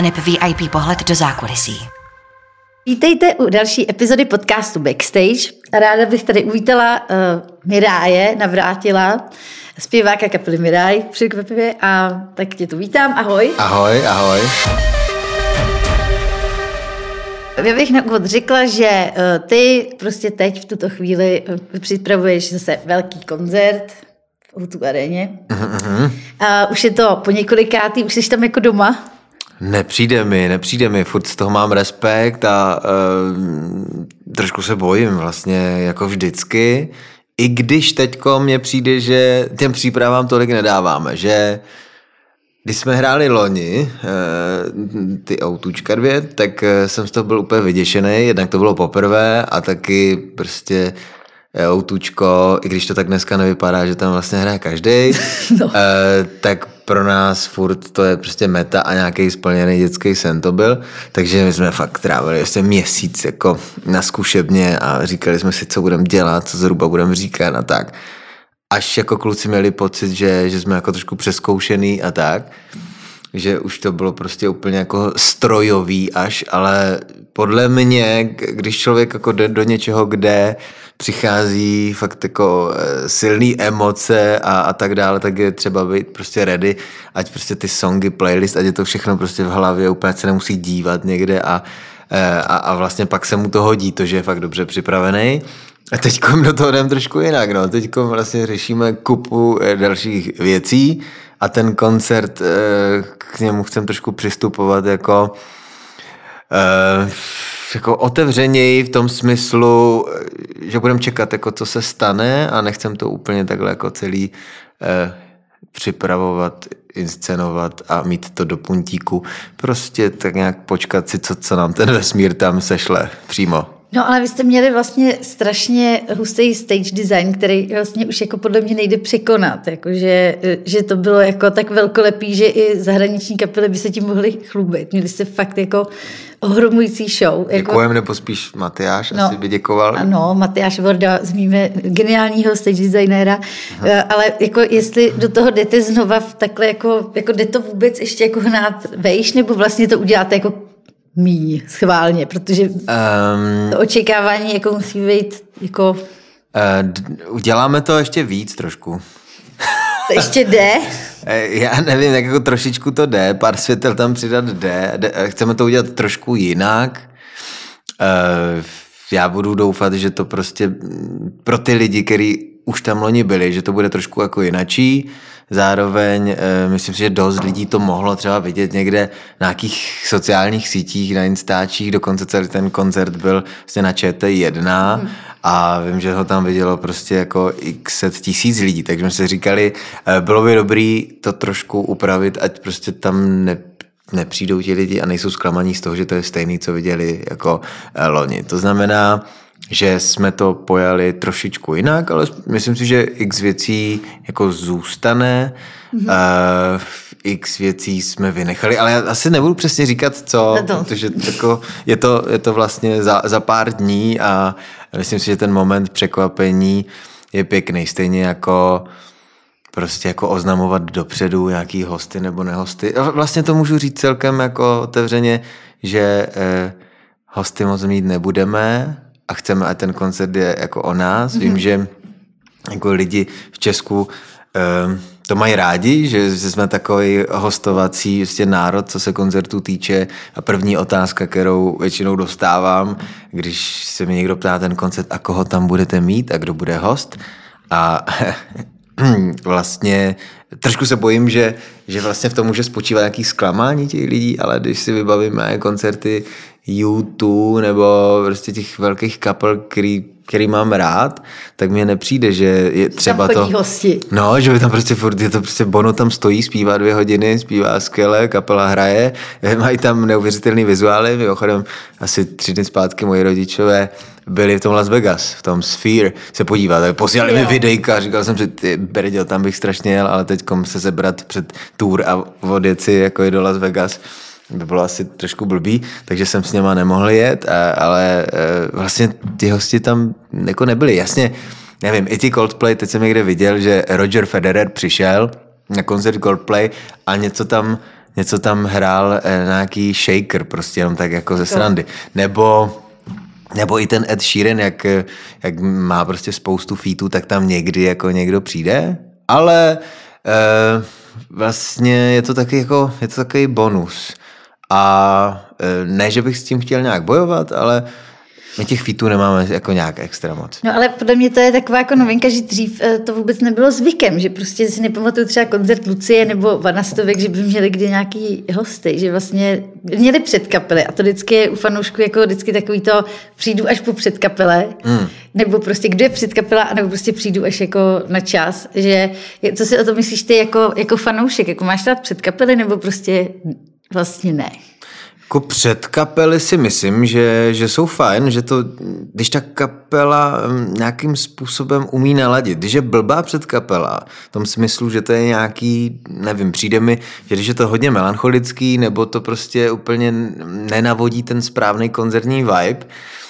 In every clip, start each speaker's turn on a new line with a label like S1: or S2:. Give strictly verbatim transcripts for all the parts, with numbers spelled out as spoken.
S1: Aneb V I P pohled do zákulisí.
S2: Vítejte u další epizody podcastu Backstage. Ráda bych tady uvítala uh, Miráje, navrátila, zpěváka kapely Miráj, překvapivě, a tak tě tu vítám. Ahoj.
S3: Ahoj, ahoj.
S2: Já bych na úvod řekla, že uh, ty prostě teď v tuto chvíli uh, připravuješ zase velký koncert v O dva aréně. Uh-huh. A už je to po několikátý, už jsi tam jako doma?
S3: Nepřijde mi, nepřijde mi, furt z toho mám respekt a uh, trošku se bojím vlastně jako vždycky, i když teďko mně přijde, že těm přípravám tolik nedáváme, že když jsme hráli loni uh, ty autůčka dvě, tak uh, jsem z toho byl úplně vyděšený, jednak to bylo poprvé a taky prostě autůčko, i když to tak dneska nevypadá, že tam vlastně hraje každý, no. uh, tak pro nás furt to je prostě meta a nějaký splněný dětský sen to byl, takže my jsme fakt trávili ještě měsíc jako na zkušebně a říkali jsme si, co budeme dělat, co zhruba budeme říkat a tak. Až jako kluci měli pocit, že, že jsme jako trošku přeskoušený a tak, že už to bylo prostě úplně jako strojový až, ale podle mě, když člověk jako jde do něčeho, kde přichází fakt jako silný emoce a, a tak dále, tak je třeba být prostě ready, ať prostě ty songy, playlist, ať je to všechno prostě v hlavě, úplně se nemusí dívat někde a, a, a vlastně pak se mu to hodí, to, že je fakt dobře připravený. A teďkom do toho jdem trošku jinak, no. Teďkom vlastně řešíme kupu dalších věcí a ten koncert, k němu chcem trošku přistupovat jako jako otevřeněji v tom smyslu, že budeme čekat, jako co se stane a nechcem to úplně takhle jako celý eh, připravovat, inscenovat a mít to do puntíku. Prostě tak nějak počkat si, co, co nám ten vesmír tam sešle přímo.
S2: No ale vy jste měli vlastně strašně hustý stage design, který vlastně už jako podle mě nejde překonat, jakože, že to bylo jako tak velkolepý, že i zahraniční kapely by se tím mohly chlubit. Měli jste fakt jako ohromující show.
S3: Děkujem, jako... nebo spíš Matyáš, no, asi by děkoval.
S2: Ano, Matyáš Vorda, zmíme geniálního stage designéra, uh, ale jako jestli do toho jdete znova v takhle jako, jako jde to vůbec ještě jako hnát vejš, nebo vlastně to uděláte jako míň, schválně, protože um, to očekávání jako musí být jako...
S3: Uh, uděláme to ještě víc trošku.
S2: To ještě jde?
S3: Já nevím, tak jako trošičku to jde, pár světel tam přidat jde, chceme to udělat trošku jinak. Uh, já budu doufat, že to prostě pro ty lidi, kteří už tam loni byli, že to bude trošku jako jinačí. Zároveň e, myslím si, že dost lidí to mohlo třeba vidět někde na nějakých sociálních sítích, na Instačích, dokonce celý ten koncert byl vlastně na Č T jedna hmm. a vím, že ho tam vidělo prostě jako x set tisíc lidí, takže jsme si říkali, e, bylo by dobrý to trošku upravit, ať prostě tam ne, nepřijdou ti lidi a nejsou zklamaní z toho, že to je stejný, co viděli jako e, loni. To znamená, že jsme to pojali trošičku jinak, ale myslím si, že x věcí jako zůstane, mm-hmm. uh, x věcí jsme vynechali, ale já asi nebudu přesně říkat co, no protože tako, je, to, je to vlastně za, za pár dní a myslím si, že ten moment překvapení je pěkný, stejně jako prostě jako oznamovat dopředu nějaký hosty nebo nehosty. A vlastně to můžu říct celkem jako otevřeně, že eh, hosty moc mít nebudeme, a chceme, ať ten koncert je jako o nás. Mm-hmm. Vím, že jako lidi v Česku um, to mají rádi, že, že jsme takový hostovací vlastně národ, co se koncertu týče. A první otázka, kterou většinou dostávám, když se mi někdo ptá ten koncert, a koho tam budete mít a kdo bude host. A vlastně trošku se bojím, že, že vlastně v tom může spočívat nějaký zklamání těch lidí, ale když si vybavíme koncerty U dva nebo prostě těch velkých kapel, který, který mám rád, tak mně nepřijde, že je třeba to...
S2: hosti.
S3: No, že by tam prostě furt, je to prostě Bono tam stojí, zpívá dvě hodiny, zpívá skvěle, kapela hraje, mají tam neuvěřitelný vizuály, mimochodem asi tři dny zpátky moji rodičové byli v tom Las Vegas, v tom Sphere se podívat, tak posílali mi videjka, říkal jsem si, ty Berďo, tam bych strašně jel, ale teďkom se sebrat před tour a odjet si jako je do Las Vegas, by bylo asi trošku blbý, takže jsem s něma nemohl jet, ale vlastně ty hosti tam jako nebyli. Jasně, nevím, i ti Coldplay, teď jsem někde viděl, že Roger Federer přišel na koncert Coldplay a něco tam něco tam hrál eh, nějaký shaker, prostě jenom tak jako ze srandy. Nebo Nebo i ten Ed Sheeran, jak, jak má prostě spoustu featů, tak tam někdy jako někdo přijde, ale e, vlastně je to taky jako, je to takový bonus. A e, ne, že bych s tím chtěl nějak bojovat, ale my těch featů nemáme jako nějak extra moc.
S2: No ale podle mě to je taková jako novinka, že dřív to vůbec nebylo zvykem, že prostě si nepamatuju třeba koncert Lucie nebo Vanastovek, že by měli kdy nějaký hosty, že vlastně měli předkapely a to vždycky je u fanoušků jako vždycky takový to přijdu až po předkapele, mm. nebo prostě kdo je předkapela, nebo prostě přijdu až jako na čas, že co si o to myslíš ty jako, jako fanoušek, jako máš rád předkapely nebo prostě vlastně ne?
S3: Jako předkapely si myslím, že, že jsou fajn, že to, když ta kapela nějakým způsobem umí naladit. Když je blbá předkapela, v tom smyslu, že to je nějaký, nevím, přijde mi, že když je to hodně melancholický, nebo to prostě úplně nenavodí ten správný koncertní vibe,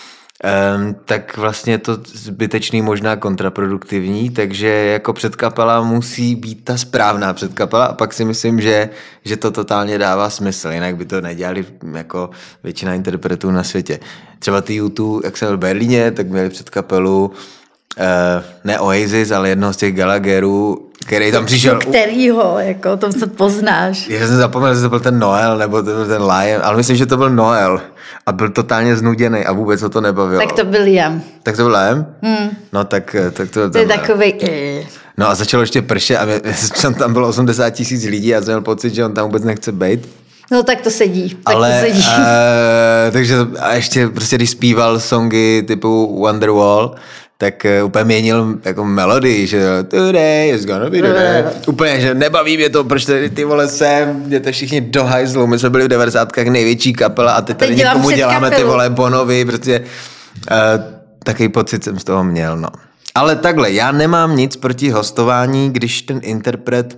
S3: Um, tak vlastně je to zbytečný, možná kontraproduktivní, takže jako předkapela musí být ta správná předkapela a pak si myslím, že, že to totálně dává smysl, jinak by to nedělali jako většina interpretů na světě. Třeba ty U dva, jak jsem byl v Berlíně, tak měli předkapelu uh, ne Oasis, ale jednoho z těch Gallagherů, který tam přišel.
S2: Kterýho, jako to se poznáš.
S3: Já jsem zapomněl, že to byl ten Noel, nebo to byl ten Liam, ale myslím, že to byl Noel. A byl totálně znuděnej a vůbec ho to nebavilo.
S2: Tak to byl Liam.
S3: Tak to byl Liam?
S2: Hmm.
S3: No tak, tak to byl
S2: To je takovej...
S3: No a začalo ještě pršet a mě, tam bylo osmdesát tisíc lidí a jsem měl pocit, že on tam vůbec nechce bejt.
S2: No tak to sedí. Tak
S3: ale,
S2: to sedí.
S3: Uh, takže a ještě prostě, když zpíval songy typu Wonderwall, tak uh, úplně měnil jako melodii, že today is gonna be the day. Úplně, že nebaví mě to, proč tady ty vole sem, jděte všichni do hajzlu, my jsme byli v devadesátkách největší kapela a teď tady
S2: teď
S3: někomu děláme
S2: kapelu.
S3: ty vole Bonovi, prostě uh, takový pocit jsem z toho měl, no. Ale takhle, já nemám nic proti hostování, když ten interpret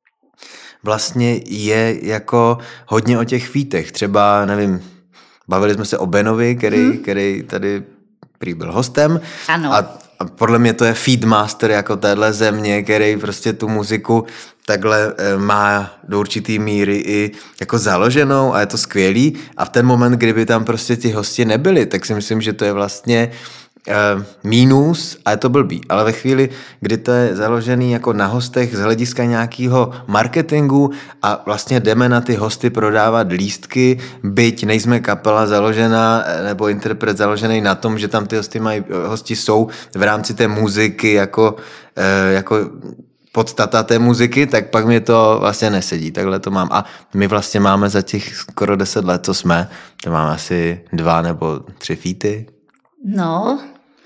S3: vlastně je jako hodně o těch featech. Třeba, nevím, bavili jsme se o Benovi, který, hmm. který tady prý byl hostem.
S2: Ano.
S3: A, a podle mě to je feedmaster jako téhle země, který prostě tu muziku takhle e, má do určitý míry i jako založenou a je to skvělý. A v ten moment, kdyby tam prostě ti hosti nebyli, tak si myslím, že to je vlastně Uh, mínus a je to blbý, ale ve chvíli, kdy to je založený jako na hostech z hlediska nějakého marketingu a vlastně jdeme na ty hosty prodávat lístky, byť nejsme kapela založená nebo interpret založený na tom, že tam ty hosti, mají, hosti jsou v rámci té muziky jako, uh, jako podstata té muziky, tak pak mi to vlastně nesedí. Takhle to mám. A my vlastně máme za těch skoro deset let, co jsme, to máme asi dva nebo tři featy.
S2: No,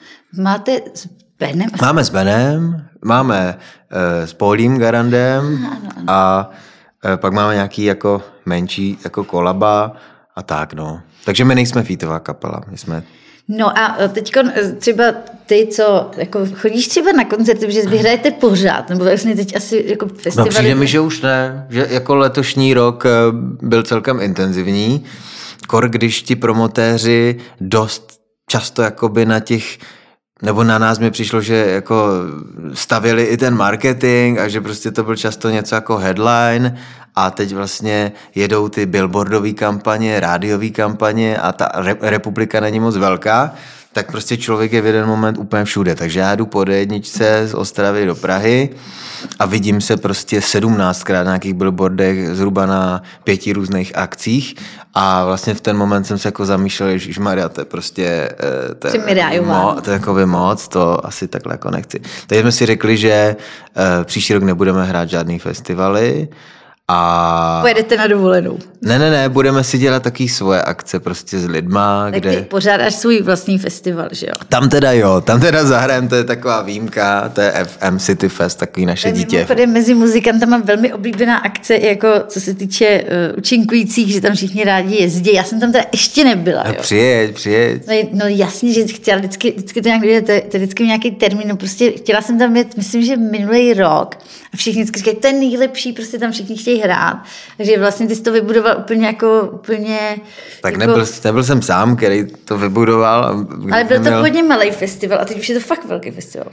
S2: máte s Benem?
S3: Máme s Benem, máme uh, s Paulím Garandem ano, ano. a uh, pak máme nějaký jako menší jako kolaba a tak, no. Takže my nejsme featová kapela, my jsme...
S2: No a teď třeba ty, co jako chodíš třeba na koncerty, že vy hrajete pořád, nebo vlastně teď asi jako festivaly...
S3: No přijde mi, že už ne, že jako letošní rok byl celkem intenzivní, kor když ti promotéři dost často jakoby na těch, nebo na nás mi přišlo, že jako stavěli i ten marketing a že prostě to byl často něco jako headline a teď vlastně jedou ty billboardové kampaně, rádiové kampaně a ta republika není moc velká, tak prostě člověk je v jeden moment úplně všude. Takže já jdu po D jedničce z Ostravy do Prahy a vidím se prostě sedmnáctkrát na nějakých billboardech zhruba na pěti různých akcích a vlastně v ten moment jsem se jako zamýšlel, že ježišmarja, to je prostě to je, mo, to je jako by moc, to asi takhle jako nechci. Takže jsme si řekli, že uh, příští rok nebudeme hrát žádný festivaly. A...
S2: Pojedete na dovolenou.
S3: Ne, ne, ne, budeme si dělat taky svoje akce prostě s lidma,
S2: tak
S3: kde...
S2: ty pořádáš svůj vlastní festival, že jo?
S3: Tam teda jo, tam teda zahrajem, to je taková výjimka, to je F M City Fest, takový naše dítě.
S2: Mimochodem mezi muzikantama velmi oblíbená akce, jako co se týče uh, účinkujících, že tam všichni rádi jezdí. Já jsem tam teda ještě nebyla,
S3: no,
S2: jo.
S3: Přijeď, přijeď.
S2: No, no jasně, že chci, ale vždycky, vždycky to nějak jde, to je vždycky nějaký termín, no prostě chtěla jsem tam jet, myslím, že minulý rok a všichni vždycky říkají, to je nejlepší, prostě tam všichni chtějí hrát. Takže vlastně ty jsi to vybudoval úplně jako úplně...
S3: Tak
S2: jako...
S3: nebyl, nebyl jsem sám, který to vybudoval.
S2: Ale byl to měl... hodně malý festival a teď už je to fakt velký festival.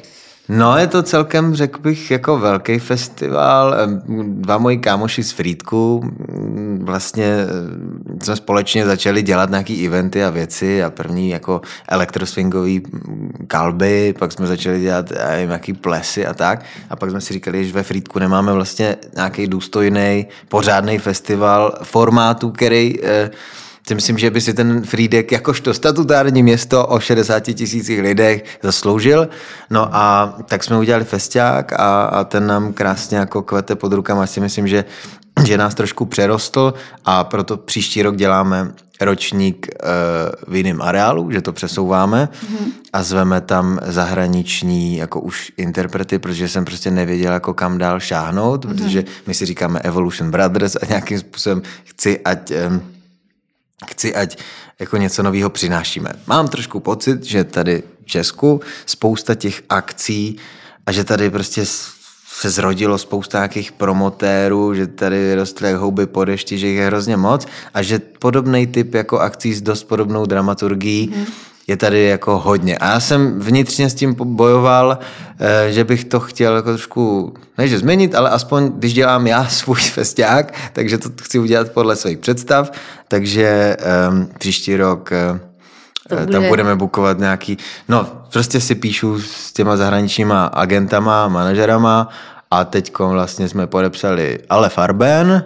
S3: No, je to celkem, řekl bych, jako velký festival. Dva moji kámoši z Frýdku vlastně jsme společně začali dělat nějaký eventy a věci a první jako elektroswingový kalby, pak jsme začali dělat nevím, nějaký plesy a tak. A pak jsme si říkali, že ve Frýdku nemáme vlastně nějaký důstojný, pořádný festival formátu, který si myslím, že by si ten Frýdek jakožto statutární město o šedesáti tisících lidech zasloužil. No a tak jsme udělali festiák a, a ten nám krásně jako kvete pod rukama. Si myslím, že, že nás trošku přerostl a proto příští rok děláme ročník uh, v jiném areálu, že to přesouváme mm-hmm. a zveme tam zahraniční jako už interprety, protože jsem prostě nevěděl, jako kam dál šáhnout, mm-hmm. protože my si říkáme Evolution Brothers a nějakým způsobem chci, ať... Um, Chci, ať jako něco nového přinášíme. Mám trošku pocit, že tady v Česku spousta těch akcí a že tady prostě se zrodilo spousta nějakých promotérů, že tady rostly jak houby po dešti, že jich je hrozně moc a že podobný typ jako akcí s dost podobnou dramaturgií hmm. je tady jako hodně. A já jsem vnitřně s tím bojoval, že bych to chtěl jako trošku, ne že změnit, ale aspoň když dělám já svůj festiák, takže to chci udělat podle svých představ, takže um, příští rok uh, bude. Tam budeme bukovat nějaký, no prostě si píšu s těma zahraničníma agentama, manažerama a teďkom vlastně jsme podepsali Ale Farben,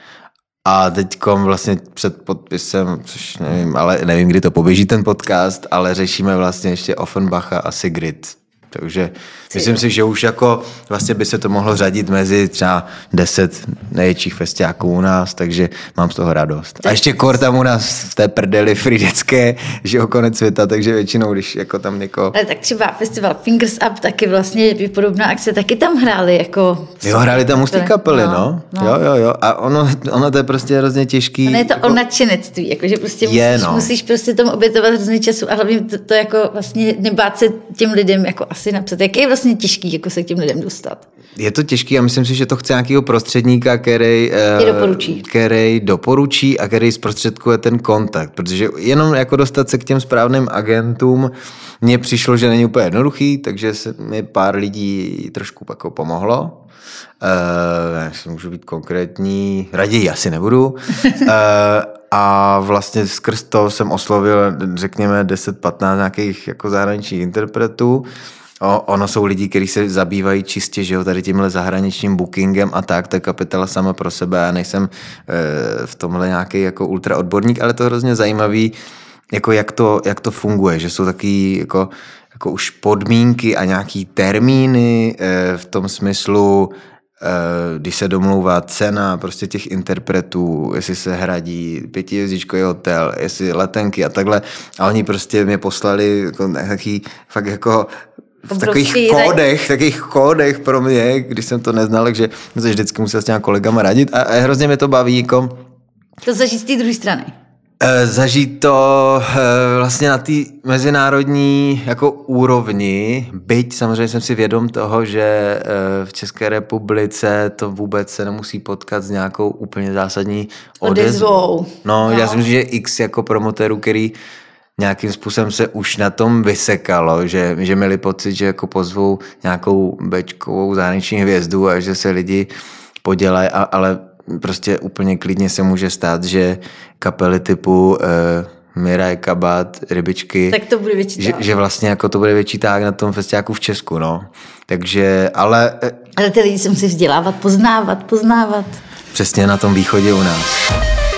S3: a teďkom vlastně před podpisem, což nevím, ale nevím, kdy to poběží ten podcast, ale řešíme vlastně ještě Offenbacha a Sigrid. Takže myslím si, že už jako vlastně by se to mohlo řadit mezi třeba deset největších festiáků u nás, takže mám z toho radost. A ještě kor tam u nás v té prdeli frýdecké, že o konec světa, takže většinou, když jako tam někoho...
S2: Ale tak třeba festival Fingers Up taky vlastně podobná akce, taky tam hráli jako...
S3: Jo, hráli tam ústní kapely, no. no. no. Jo, jo, jo. A ono, ono to je prostě hrozně těžký.
S2: Ono je to
S3: jako...
S2: o nadšenectví, jakože prostě
S3: je,
S2: musíš,
S3: no.
S2: musíš prostě tomu obětovat hrozně času a hlavně to, to jako vlastně nebát se těm lidem jako asi napsat. Jak je vlastně těžký jako se k těm lidem dostat?
S3: Je to těžký a myslím si, že to chce nějakého prostředníka, který
S2: doporučí.
S3: který doporučí a který zprostředkuje ten kontakt, protože jenom jako dostat se k těm správným agentům mně přišlo, že není úplně jednoduchý, takže se mi pár lidí trošku jako pomohlo. Uh, můžu být konkrétní, raději asi nebudu. uh, a vlastně skrz to jsem oslovil, řekněme, deset patnáct nějakých jako zahraničních interpretů. O, ono jsou lidi, kteří se zabývají čistě, že jo, tady tímhle zahraničním bookingem a tak, to je kapitola sama pro sebe, já nejsem e, v tomhle nějaký jako ultra odborník, ale to je hrozně zajímavý, jako jak to, jak to funguje, že jsou taky jako, jako už podmínky a nějaký termíny e, v tom smyslu, e, když se domlouvá cena prostě těch interpretů, jestli se hradí pětihvězdičkový hotel, jestli letenky a takhle, a oni prostě mě poslali jako nějaký fakt jako v takových kódech, takových kódech pro mě, když jsem to neznal, takže jsem se vždycky musel s těma kolegama radit a, a hrozně mě to baví. Jako,
S2: to zažít z té druhé strany.
S3: E, zažít to e, vlastně na té mezinárodní jako úrovni, byť samozřejmě jsem si vědom toho, že e, v České republice to vůbec se nemusí potkat s nějakou úplně zásadní odezvou. No, no, já si myslím, že x jako promotérů, který nějakým způsobem se už na tom vysekalo, že, že měli pocit, že jako pozvou nějakou bečkovou zahraniční hvězdu a že se lidi podělají, ale prostě úplně klidně se může stát, že kapely typu eh, Miraj, Kabat, Rybičky,
S2: tak to bude větší
S3: že, že vlastně jako to bude větší ták na tom festiáku v Česku, no. Takže, ale... Eh,
S2: ale ty lidi se musí vzdělávat, poznávat, poznávat.
S3: Přesně na tom východě u nás.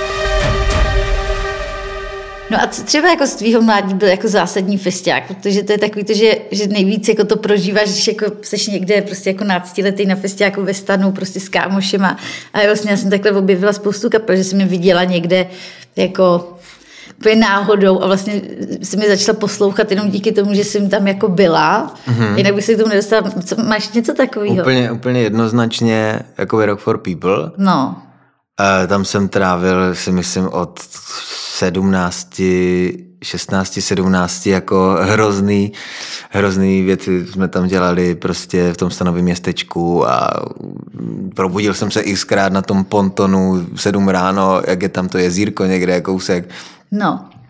S2: No a co třeba jako z tvýho mládí byl jako zásadní festiák, protože to je takový to, že, že nejvíc jako to prožíváš, když jako seš někde prostě jako náctiletý na festiáku ve stanu prostě s kámošema a vlastně já jsem takhle objevila spoustu kapel, že jsem je viděla někde jako úplně náhodou a vlastně jsem mi začala poslouchat jenom díky tomu, že jsem tam jako byla, mm-hmm. jinak bych se k tomu nedostala. Co, máš něco takového?
S3: Úplně, úplně jednoznačně jako Rock for People.
S2: No.
S3: Uh, tam jsem trávil, si myslím, od sedmnácti, šestnácti, sedmnácti jako hrozný, hrozný věci jsme tam dělali prostě v tom stanovém městečku a probudil jsem se xkrát na tom pontonu sedm ráno, jak je tam to jezírko někde, kousek.
S2: No.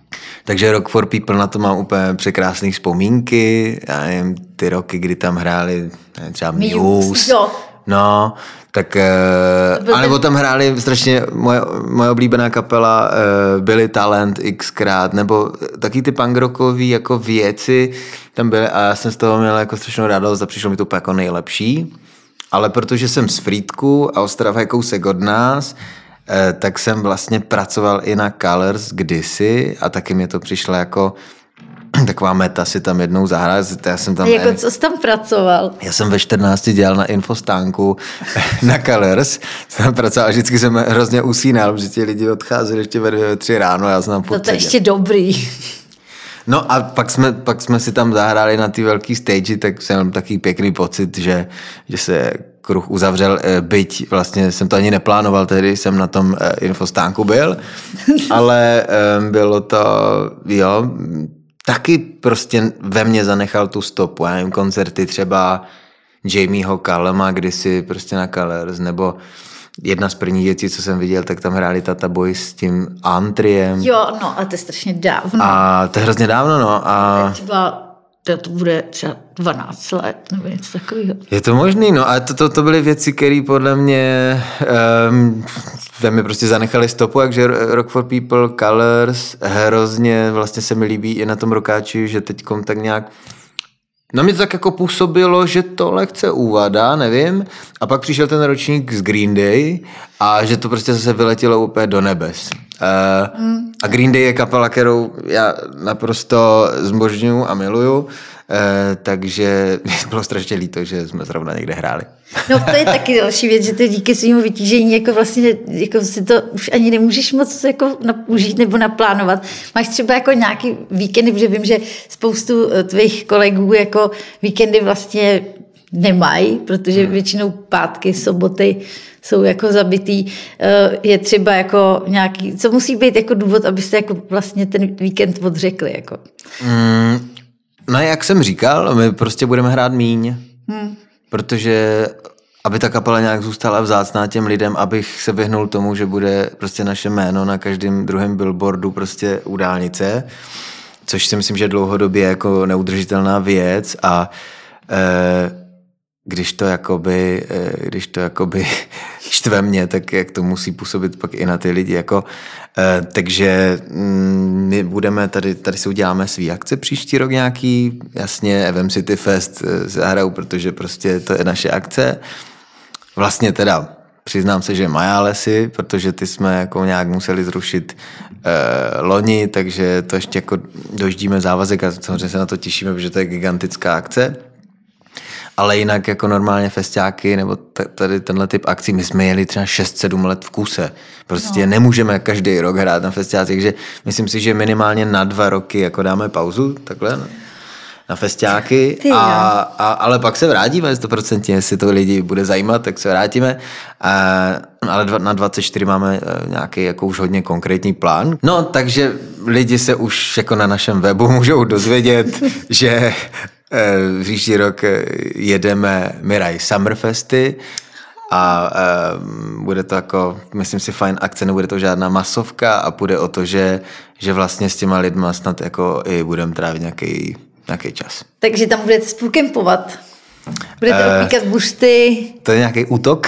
S3: Takže Rock for People, na to mám úplně překrásné vzpomínky. Já nevím, ty roky, kdy tam hráli nevím, třeba Muse.
S2: Jo.
S3: No, tak... Uh, anebo tam hráli strašně moje, moje oblíbená kapela uh, Billy Talent xkrát, nebo taky ty punk rockový jako věci tam byly a já jsem z toho měl jako strašnou radost a přišlo mi to úplně jako nejlepší. Ale protože jsem z Frýdku a Ostrava je kousek od nás, uh, tak jsem vlastně pracoval i na Colors kdysi a taky mi to přišlo jako taková meta si tam jednou zahrát. Já jsem tam,
S2: a jako co jsi tam pracoval?
S3: Já jsem ve čtrnácti dělal na infostánku na Colors. Jsem tam pracoval a vždycky jsem hrozně usínal, protože ti lidi odcházeli ještě ve dvě, ve tři ráno. Já jsem tam
S2: no to je ještě dobrý.
S3: No a pak jsme, pak jsme si tam zahráli na ty velký stage, tak jsem měl takový pěkný pocit, že, že se kruh uzavřel, byť vlastně jsem to ani neplánoval, tehdy jsem na tom infostánku byl, ale bylo to, jo, taky prostě ve mně zanechal tu stopu. Já nevím, koncerty třeba Jamieho Calluma kdysi prostě na Colors, nebo jedna z prvních věcí, co jsem viděl, tak tam hráli Tata Boys s tím Antriem.
S2: Jo, no, a to je strašně dávno.
S3: A to je hrozně dávno, no. A
S2: třeba to bude třeba dvanáct let, nebo něco takového.
S3: Je to možný, no a to, to, to byly věci, které podle mě um, ve mě prostě zanechaly stopu, takže Rock for People, Colors, hrozně vlastně se mi líbí i na tom rokáči, že teďkom tak nějak na mě to tak jako působilo, že to lehce uvadá, nevím, a pak přišel ten ročník z Green Day a že to prostě zase vyletělo úplně do nebes. Uh, mm. A Green Day je kapela, kterou já naprosto zbožňuju a miluju, uh, takže mi bylo strašně líto, že jsme zrovna někde hráli.
S2: No to je taky další věc, že ty díky svýmu vytížení jako vlastně jako si to už ani nemůžeš moc jako užít nebo naplánovat. Máš třeba jako nějaký víkendy, protože vím, že spoustu tvých kolegů jako víkendy vlastně nemají, protože většinou pátky, soboty jsou jako zabitý. Je třeba jako nějaký, co musí být jako důvod, abyste jako vlastně ten víkend odřekli? Jako?
S3: Mm, no jak jsem říkal, my prostě budeme hrát míň. Hmm. Protože aby ta kapela nějak zůstala vzácná těm lidem, abych se vyhnul tomu, že bude prostě naše jméno na každém druhém billboardu prostě u dálnice, což si myslím, že dlouhodobě je jako neudržitelná věc a e, když to jakoby, e, když to jakoby štve mě, tak jak to musí působit pak i na ty lidi. Jako, e, takže mm, my budeme tady, tady si uděláme svý akce příští rok nějaký, jasně F M City Fest zahraju, protože prostě to je naše akce. Vlastně teda přiznám se, že Majálesy, protože ty jsme jako nějak museli zrušit e, loni, takže to ještě jako doždíme závazek a samozřejmě se na to těšíme, protože to je gigantická akce. Ale jinak jako normálně festiáky nebo t- tady tenhle typ akcí, my jsme jeli třeba šest sedm let v kuse. Prostě no. Nemůžeme každý rok hrát na festiácích, takže myslím si, že minimálně na dva roky jako dáme pauzu, takhle na, na festiáky, a, a, ale pak se vrátíme sto procent, jestli to lidi bude zajímat, tak se vrátíme. A, ale dva, na dvacet čtyři máme nějaký jako už hodně konkrétní plán. No, takže lidi se už jako na našem webu můžou dozvědět, že v příští rok jedeme Miraj Summerfesty a uh, bude to jako, myslím si, fajn akce, nebude to žádná masovka a půjde o to, že, že vlastně s těma lidma snad jako i budeme trávit nějaký, nějaký čas. Takže
S2: tam budete spolu kempovat? Budete uh, opíkat bušty?
S3: To je nějaký útok?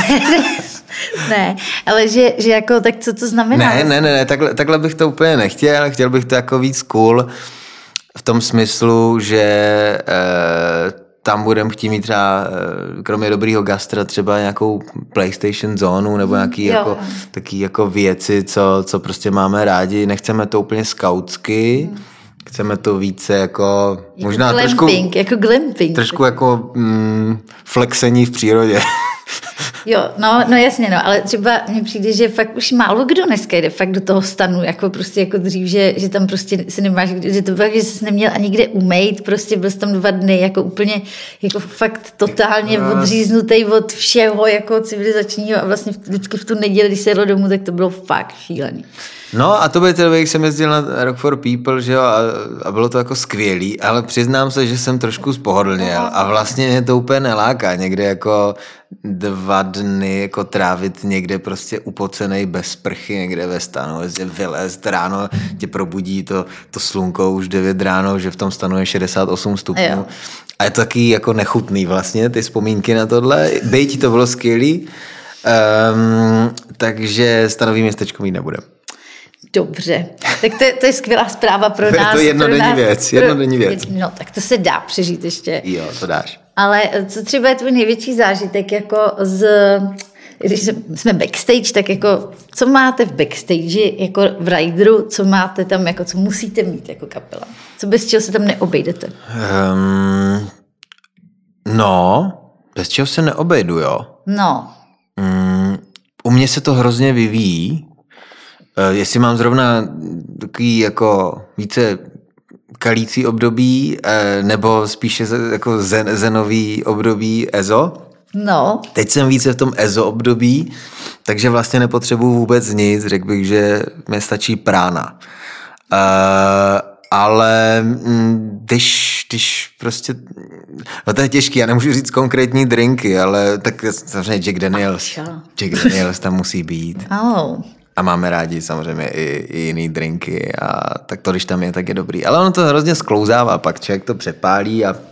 S2: Ne, ale že, že jako, tak co to znamená?
S3: Ne, ne, ne, ne takhle, takhle bych to úplně nechtěl, chtěl bych to jako víc cool, v tom smyslu, že e, tam budeme chtít mít třeba, e, kromě dobrýho gastra, třeba nějakou PlayStation zónu nebo nějaký jako, taky jako věci, co, co prostě máme rádi. Nechceme to úplně skautsky, hmm. chceme to více jako,
S2: jako
S3: možná
S2: glamping,
S3: trošku,
S2: jako glamping.
S3: trošku jako mm, flexení v přírodě.
S2: Jo, no, no jasně, no, ale třeba mně přijde, že fakt už málo kdo dneska jde fakt do toho stanu, jako prostě jako dřív, že, že tam prostě si nemáš, že to fakt, že jsi neměl ani kde umejt, prostě byl jsi tam dva dny, jako úplně, jako fakt totálně no. odříznutý od všeho, jako civilizačního a vlastně vždycky v tu neděli, když se jelo domů, tak to bylo fakt šílený.
S3: No a to byl ten jak jsem jezdil na Rock for People, že jo, a, a bylo to jako skvělý, ale přiznám se, že jsem trošku spohodlněl a vlastně mě to úplně neláká. Někde jako dva dny jako trávit někde prostě upocenej bez sprchy, někde ve stanu, vylézt ráno, tě probudí to, to slunko už devět ráno, že v tom stanu je šedesát osm stupňů. Jo. A je to taky jako nechutný vlastně, ty vzpomínky na tohle. Byť to bylo skvělý, um, takže stanový městečko mít nebudem.
S2: Dobře, tak to, to je skvělá zpráva pro nás.
S3: To je jednodenní věc, jednodenní věc.
S2: No, tak to se dá přežít ještě.
S3: Jo, to dáš.
S2: Ale co třeba je tvůj největší zážitek jako z... Když jsme backstage, tak jako co máte v backstage jako v rideru, co máte tam, jako co musíte mít jako kapela? Co bez čeho se tam neobejdete?
S3: Um, no, bez čeho se neobejdu, jo?
S2: No.
S3: Um, u mě se to hrozně vyvíjí. Uh, jestli mám zrovna takový jako více kalící období, uh, nebo spíše jako zen, zenový období ezo.
S2: No.
S3: Teď jsem více v tom ezo období, takže vlastně nepotřebuju vůbec nic, řekl bych, že mi stačí prána. Uh, ale když, když prostě, no to je těžký, já nemůžu říct konkrétní drinky, ale tak samozřejmě Jack Daniels, Jack Daniels tam musí být.
S2: Oh.
S3: A máme rádi samozřejmě i, i jiný drinky a tak to, když tam je, tak je dobrý. Ale ono to hrozně sklouzává, pak člověk to přepálí a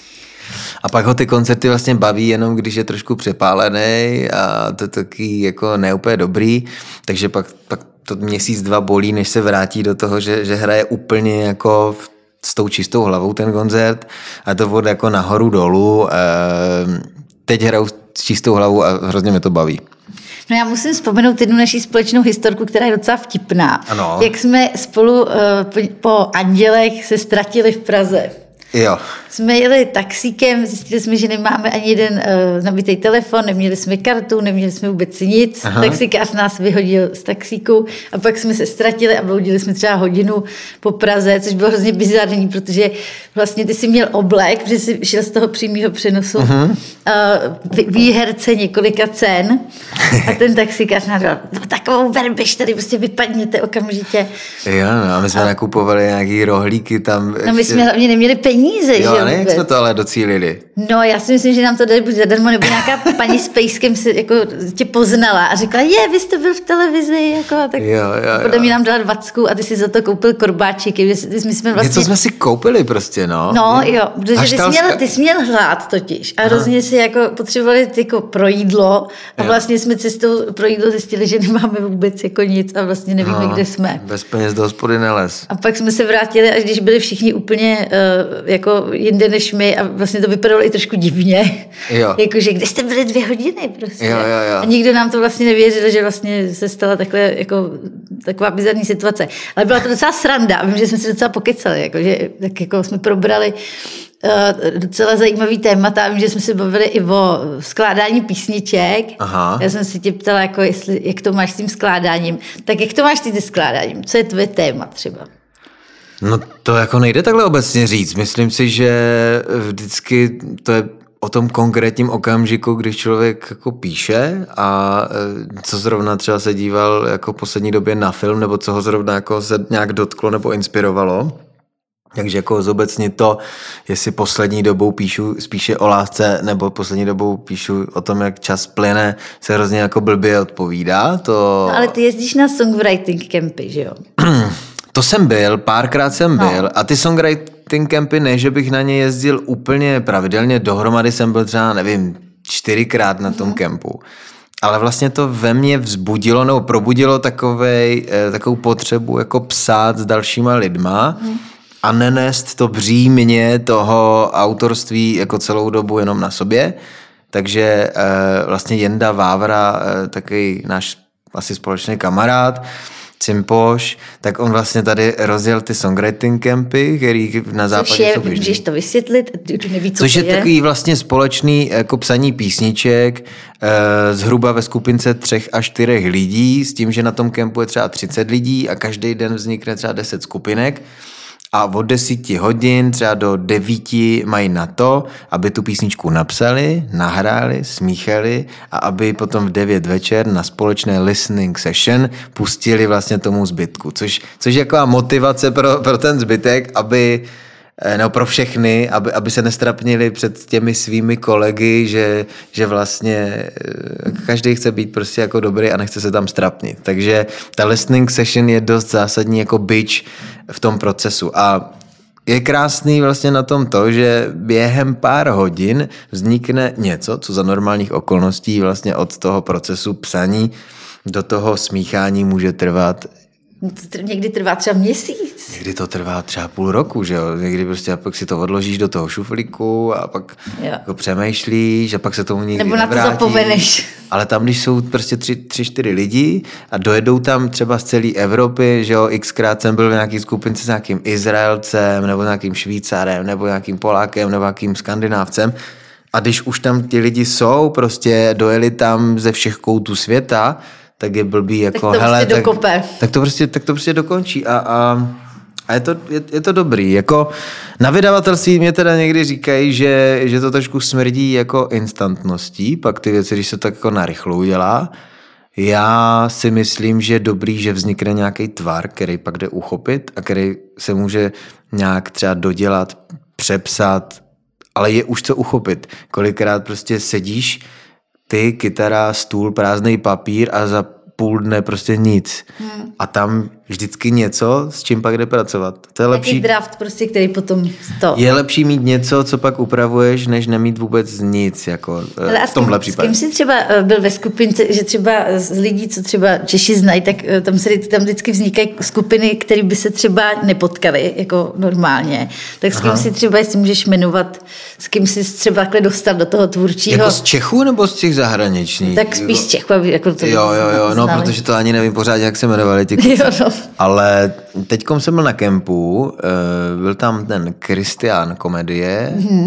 S3: A pak ho ty koncerty vlastně baví jenom, když je trošku přepálený a to je taky jako neúplně dobrý, takže pak, pak to měsíc, dva bolí, než se vrátí do toho, že, že hraje úplně jako s tou čistou hlavou ten koncert a to od jako nahoru dolů. Teď hraju s čistou hlavou a hrozně mě to baví.
S2: No já musím vzpomenout jednu naší společnou historku, která je docela vtipná. Ano. Jak jsme spolu uh, po, po Andělech se ztratili v Praze.
S3: Jo.
S2: Jsme jeli taxíkem, zjistili jsme, že nemáme ani jeden uh, nabitý telefon, neměli jsme kartu, neměli jsme vůbec nic. Aha. Taxikář nás vyhodil z taxíku a pak jsme se ztratili a bloudili jsme třeba hodinu po Praze, což bylo hrozně bizarní, protože vlastně ty jsi měl oblek, protože jsi šel z toho přímého přenosu, uh-huh. uh, výherce několika cen a ten taxikář nás dal, no takovou verbiš, tady prostě vypadněte okamžitě.
S3: Jo, no a my jsme a... nakupovali nějaký rohlíky tam.
S2: No ještě... my jsme hlavně neměli peníze.
S3: Jo, že ne, jak jsme to ale docílili.
S2: No, já si myslím, že nám to dali buď zadarmo, nebo nějaká paní s pejskem se jako tě poznala a řekla, je, vy jste byl v televizi, jako, a tak
S3: jo, jo,
S2: podle
S3: jo.
S2: mě nám dala dvacku a ty si za to koupil korbáčíky. My jsme vlastně...
S3: Něco jsme si koupili prostě, no.
S2: No, jo, protože ty jsi, měl, ty jsi měl hlad totiž a Aha. hrozně si jako potřebovali jako pro jídlo a jo. vlastně jsme cestou pro jídlo zjistili, že nemáme vůbec jako nic a vlastně nevíme, no, kde jsme.
S3: Bez peněz do hospody nelez.
S2: A pak jsme se vrátili, až když byli všichni úplně uh, jako jinde než my a vlastně to vypadalo i trošku divně. Jakože, kde jste byli dvě hodiny prostě.
S3: Jo, jo, jo.
S2: A nikdo nám to vlastně nevěřil, že vlastně se stala takhle jako taková bizarní situace. Ale byla to docela sranda. Vím, že jsme se docela pokecali, jako, že tak jako jsme probrali uh, docela zajímavý témata. Vím, že jsme se bavili i o skládání písniček. Aha. Já jsem se tě ptala, jako jestli, jak to máš s tím skládáním. Tak jak to máš ty s skládáním? Co je tvoje téma třeba?
S3: No to jako nejde takhle obecně říct. Myslím si, že vždycky to je o tom konkrétním okamžiku, když člověk jako píše a co zrovna třeba se díval jako v poslední době na film, nebo co ho zrovna jako se nějak dotklo nebo inspirovalo. Takže jako zobecně to, jestli poslední dobou píšu spíše o lásce, nebo poslední dobou píšu o tom, jak čas plyne, se hrozně jako blbě odpovídá. To...
S2: No, ale ty jezdíš na songwriting campy, že jo?
S3: To jsem byl, párkrát jsem byl no. a ty songwriting campy, ne, že bych na ně jezdil úplně pravidelně, dohromady jsem byl třeba, nevím, čtyřikrát na tom mm. kempu. Ale vlastně to ve mně vzbudilo nebo probudilo takovej, takovou potřebu jako psát s dalšíma lidma mm. a nenést to břímě toho autorství jako celou dobu jenom na sobě. Takže vlastně Jenda Vávra, takový náš asi společný kamarád, Cimpoš, tak on vlastně tady rozjel ty songwriting campy, který na západě jsou běžný.
S2: Můžeš to vysvětlit? Tu neví, co
S3: Což
S2: to
S3: je, je takový vlastně společný jako psaní písniček, e, zhruba ve skupince třech až čtyřech lidí, s tím, že na tom kempu je třeba třicet lidí a každý den vznikne třeba deset skupinek. a od desíti hodin třeba do devíti mají na to, aby tu písničku napsali, nahráli, smíchali a aby potom v devět večer na společné listening session pustili vlastně tomu zbytku, což, což je taková motivace pro, pro ten zbytek, aby no pro všechny, aby, aby se nestrapnili před těmi svými kolegy, že, že vlastně každý chce být prostě jako dobrý a nechce se tam strapnit. Takže ta listening session je dost zásadní jako bič v tom procesu a je krásný vlastně na tom to, že během pár hodin vznikne něco, co za normálních okolností vlastně od toho procesu psaní do toho smíchání může trvat.
S2: Někdy trvá třeba měsíc.
S3: Někdy to trvá třeba půl roku, že jo? Někdy prostě a pak si to odložíš do toho šuflíku a pak jako přemýšlíš a pak se tomu nikdy
S2: Nebo na
S3: nevrátíš.
S2: to zapomeneš.
S3: Ale tam, když jsou prostě tři, tři, čtyři lidi a dojedou tam třeba z celé Evropy, že jo, xkrát jsem byl v nějaký skupince s nějakým Izraelcem nebo nějakým Švýcarem nebo nějakým Polákem nebo nějakým Skandinávcem a když už tam ti lidi jsou, prostě dojeli tam ze všech koutů světa, tak je blbý jako,
S2: tak to
S3: hele,
S2: prostě
S3: tak, tak, to prostě, tak to prostě dokončí a, a, a je, to, je, je to dobrý. Jako na vydavatelství mě teda někdy říkají, že, že to trošku smrdí jako instantností, pak ty věci, když se tak jako narychlo udělá. Já si myslím, že je dobrý, že vznikne nějaký tvar, který pak jde uchopit a který se může nějak třeba dodělat, přepsat, ale je už co uchopit. Kolikrát prostě sedíš ty, kytara, stůl, prázdnej papír a za půl dne prostě nic. Hmm. A tam vždycky něco, s čím pak jde pracovat. To je lepší.
S2: Taký draft prostě, který potom to.
S3: Je lepší mít něco, co pak upravuješ, než nemít vůbec nic, jako
S2: ale
S3: v tomhle případě.
S2: S kým jsi třeba byl ve skupince, že třeba z lidí, co třeba Češi znají, tak tam, se, tam vždycky vznikají skupiny, které by se třeba nepotkaly jako normálně. Tak s kým Aha. si třeba, jestli můžeš jmenovat, s kým jsi třeba takhle dostal do toho tvůrčího.
S3: Jako z Čechů nebo z těch zahraničních?
S2: Tak spíš z Čechů, jako to
S3: jo, jo, jo, no, protože to ani nevím pořád, jak se jmenovali ti kluci. No. Ale teďkom jsem byl na kempu, byl tam ten Kristián Komedie, mm-hmm.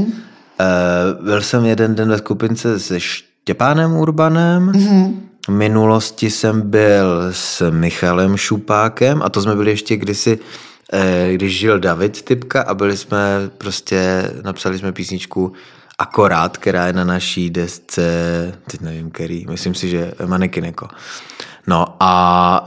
S3: byl jsem jeden den ve skupince se Štěpánem Urbanem, mm-hmm. v minulosti jsem byl s Michalem Šupákem a to jsme byli ještě kdysi, když žil David Typka a byli jsme prostě, napsali jsme písničku Akorát, která je na naší desce, teď nevím který, myslím si, že Manekineko. No a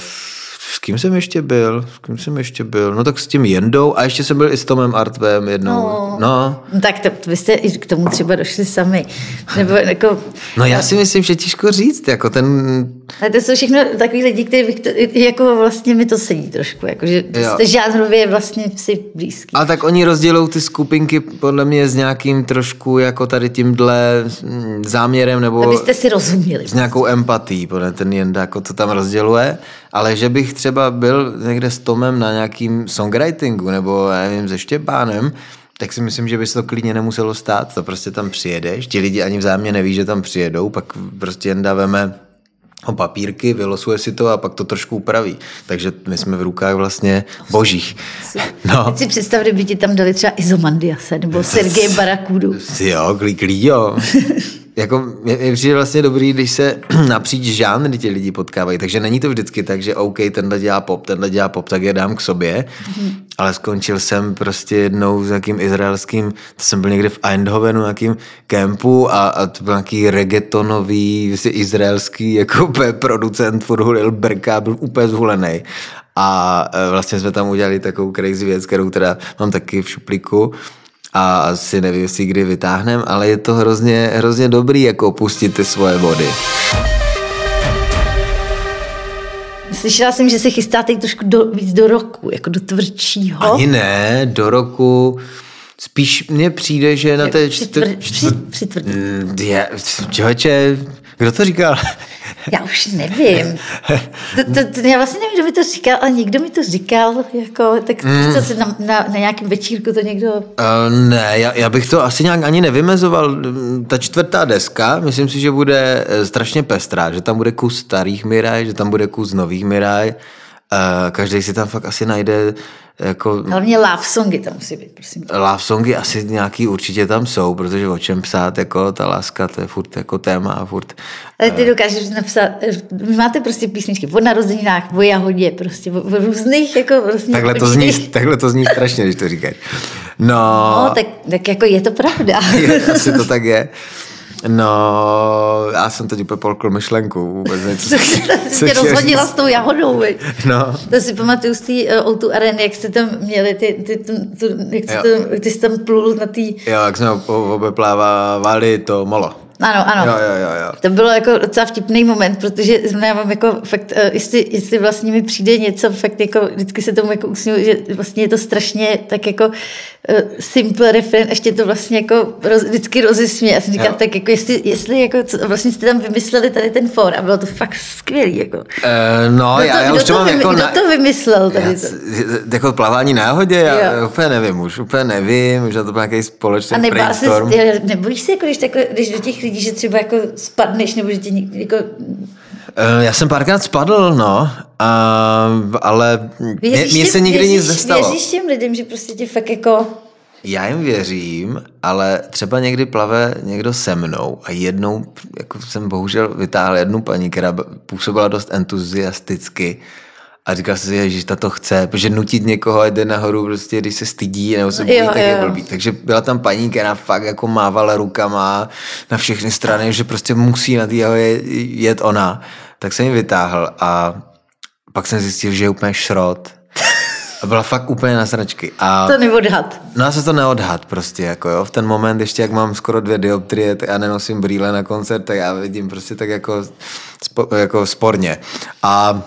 S3: s kým jsem ještě byl? S kým jsem ještě byl? No tak s tím Jendou a ještě jsem byl i s Tomem Artvem jednou. No.
S2: no. Tak to, vy jste i k tomu třeba došli sami. Nebo jako...
S3: No já si myslím, že těžko říct, jako ten...
S2: Ale to jsou všechno takový lidi, kteří jako vlastně mi to sedí trošku, jako že jste žánrově vlastně si blízký.
S3: A tak oni rozdělou ty skupinky podle mě s nějakým trošku jako tady tímhle záměrem nebo...
S2: Abyste si rozuměli.
S3: S nějakou empatií, podle ten Jenda jako to tam rozděluje, ale že bych třeba byl někde s Tomem na nějakým songwritingu nebo nevím, se Štěpánem, tak si myslím, že by se to klidně nemuselo stát. To prostě tam přijedeš, ti lidi ani vzájemně neví, že tam přijedou, pak prostě Jenda veme o papírky, vylosuje si to a pak to trošku upraví. Takže my jsme v rukách vlastně božích.
S2: No. Teď si představ, kdyby ti tam dali třeba Izomandiase nebo Sergeje Barakudu.
S3: Jo, klíklí, jo. Jako je přijde vlastně dobrý, když se napříč žánry ti lidi potkávají, takže není to vždycky tak, že OK, tenhle dělá pop, tenhle dělá pop, tak je dám k sobě, mm. ale skončil jsem prostě jednou s nějakým izraelským, to jsem byl někde v Eindhovenu, nějakým kempu a, a to byl nějaký reggaetonový, izraelský jako producent, furt hulil brka, byl úplně zhulený. A vlastně jsme tam udělali takovou crazy věc, kterou teda mám taky v šuplíku, a asi nevím, jestli kdy vytáhnem, ale je to hrozně, hrozně dobrý, jako pustit ty svoje body.
S2: Slyšela jsem, že se chystáte trošku do, víc do roku, jako do tvrdšího.
S3: Ani ne, do roku spíš mně přijde, že na té čtvrt...
S2: Přitvrdí.
S3: Čověče, kdo to říkal?
S2: Já už nevím. To, to, to, já vlastně nevím, kdo mi to říkal, ale někdo mi to říkal, jako, tak mm. co se na, na, na nějakém večírku to někdo... Uh,
S3: ne, já, já bych to asi nějak ani nevymezoval. Ta čtvrtá deska, myslím si, že bude strašně pestrá, že tam bude kus starých Miraj, že tam bude kus nových Miraj každý si tam fakt asi najde jako...
S2: Hlavně love songy tam musí být, prosím.
S3: Love songy asi nějaký určitě tam jsou, protože o čem psát, jako ta láska, to je furt jako téma a furt...
S2: Ale ty dokážeš napsat, máte prostě písničky o narozeninách, o jahodě, prostě o, o různých, jako vlastně...
S3: Takhle to, zní, takhle to zní strašně, když to říkáš. No...
S2: No, tak, tak jako je to pravda.
S3: Je, asi to tak je. No, já jsem teď úplně polkl myšlenku vůbec. Co,
S2: co tě rozhodila s tou jahodou, veď.
S3: No.
S2: To si pamatuju z té uh, O dva Areny, jak jste tam měli, ty, ty, ty, ty, jak jste tam, ty jsi tam plul na té...
S3: Jo, jak jsme obeplávali to molo.
S2: Ano, ano.
S3: Jo, jo, jo, jo.
S2: To bylo jako docela vtipný moment, protože já mám jako fakt, uh, jestli, jestli vlastně mi přijde něco, fakt jako vždycky se tomu jako usměju, že vlastně je to strašně tak jako uh, simple refren, ještě to vlastně jako roz, vždycky rozesměje. Já jsem říkala, tak jako jestli, jestli jako, co, vlastně jste tam vymysleli tady ten for a bylo to fakt skvělý. Jako. Uh,
S3: no,
S2: kdo
S3: já,
S2: to,
S3: já už to mám
S2: vym,
S3: jako...
S2: Kdo
S3: na...
S2: to vymyslel tady
S3: já,
S2: to?
S3: Jako plavání náhodě, já jo. úplně nevím už, úplně nevím, už to byl nějaký společný brainstorm.
S2: A nebojíš se, jako, když, takhle, když do těch lidí, že třeba jako spadneš, nebo že tě jako...
S3: Já jsem párkrát spadl, no, a, ale mně se nikdy
S2: věříš,
S3: nic nestalo.
S2: Věříš těm lidem, že prostě tě fakt jako...
S3: Já jim věřím, ale třeba někdy plave někdo se mnou a jednou jako jsem bohužel vytáhl jednu paní, která působila dost entuziasticky a říkal si, ježiš, ta to chce, protože nutit někoho a jde nahoru, prostě, když se stydí nebo se bojí, tak je blbý. Takže byla tam paní, která fakt jako mávala rukama na všechny strany, že prostě musí na týho jet ona. Tak jsem ji vytáhl a pak jsem zjistil, že je úplně šrot. A byla fakt úplně na sračky. A
S2: to neodhad.
S3: No já se to neodhad prostě, jako jo. V ten moment ještě, jak mám skoro dvě dioptrie a nenosím brýle na koncert, tak já vidím prostě tak jako, spo, jako sporně. A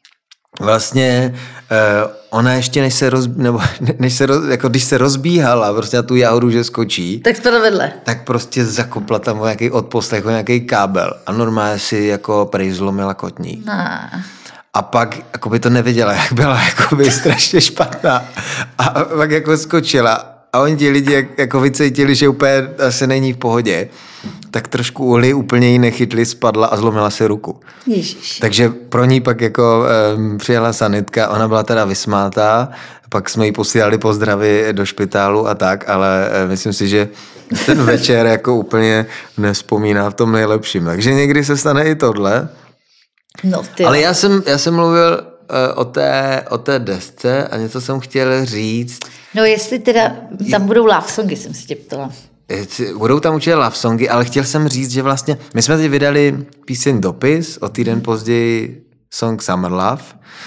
S3: vlastně eh, ona ještě než se roz, nebo než se roz, jako když se rozbíhala prostě na tu jahodu, že skočí,
S2: tak spadla vedle.
S3: Tak prostě zakopla tam nějaký odposlech, nějaký kábel a normálně si jako prej zlomila kotník.
S2: No.
S3: A pak jako by to nevěděla, jak byla jako by strašně špatná. A pak jako skočila a oni ti lidi jak, jako vycítili, že úplně asi není v pohodě, tak trošku uhli úplně ji nechytli, spadla a zlomila si ruku.
S2: Ježiš.
S3: Takže pro ní pak jako um, přijela sanitka, ona byla teda vysmátá, pak jsme jí posílali pozdravy do špitálu a tak, ale uh, myslím si, že ten večer jako úplně nevzpomíná v tom nejlepším. Takže někdy se stane i tohle.
S2: No,
S3: ale já jsem, já jsem mluvil uh, o, té, o té desce a něco jsem chtěl říct.
S2: No jestli teda tam budou love songy, jsem si tě ptala.
S3: Budou tam určitě love songy, ale chtěl jsem říct, že vlastně my jsme teď vydali píseň Dopis, o týden později song Summer Love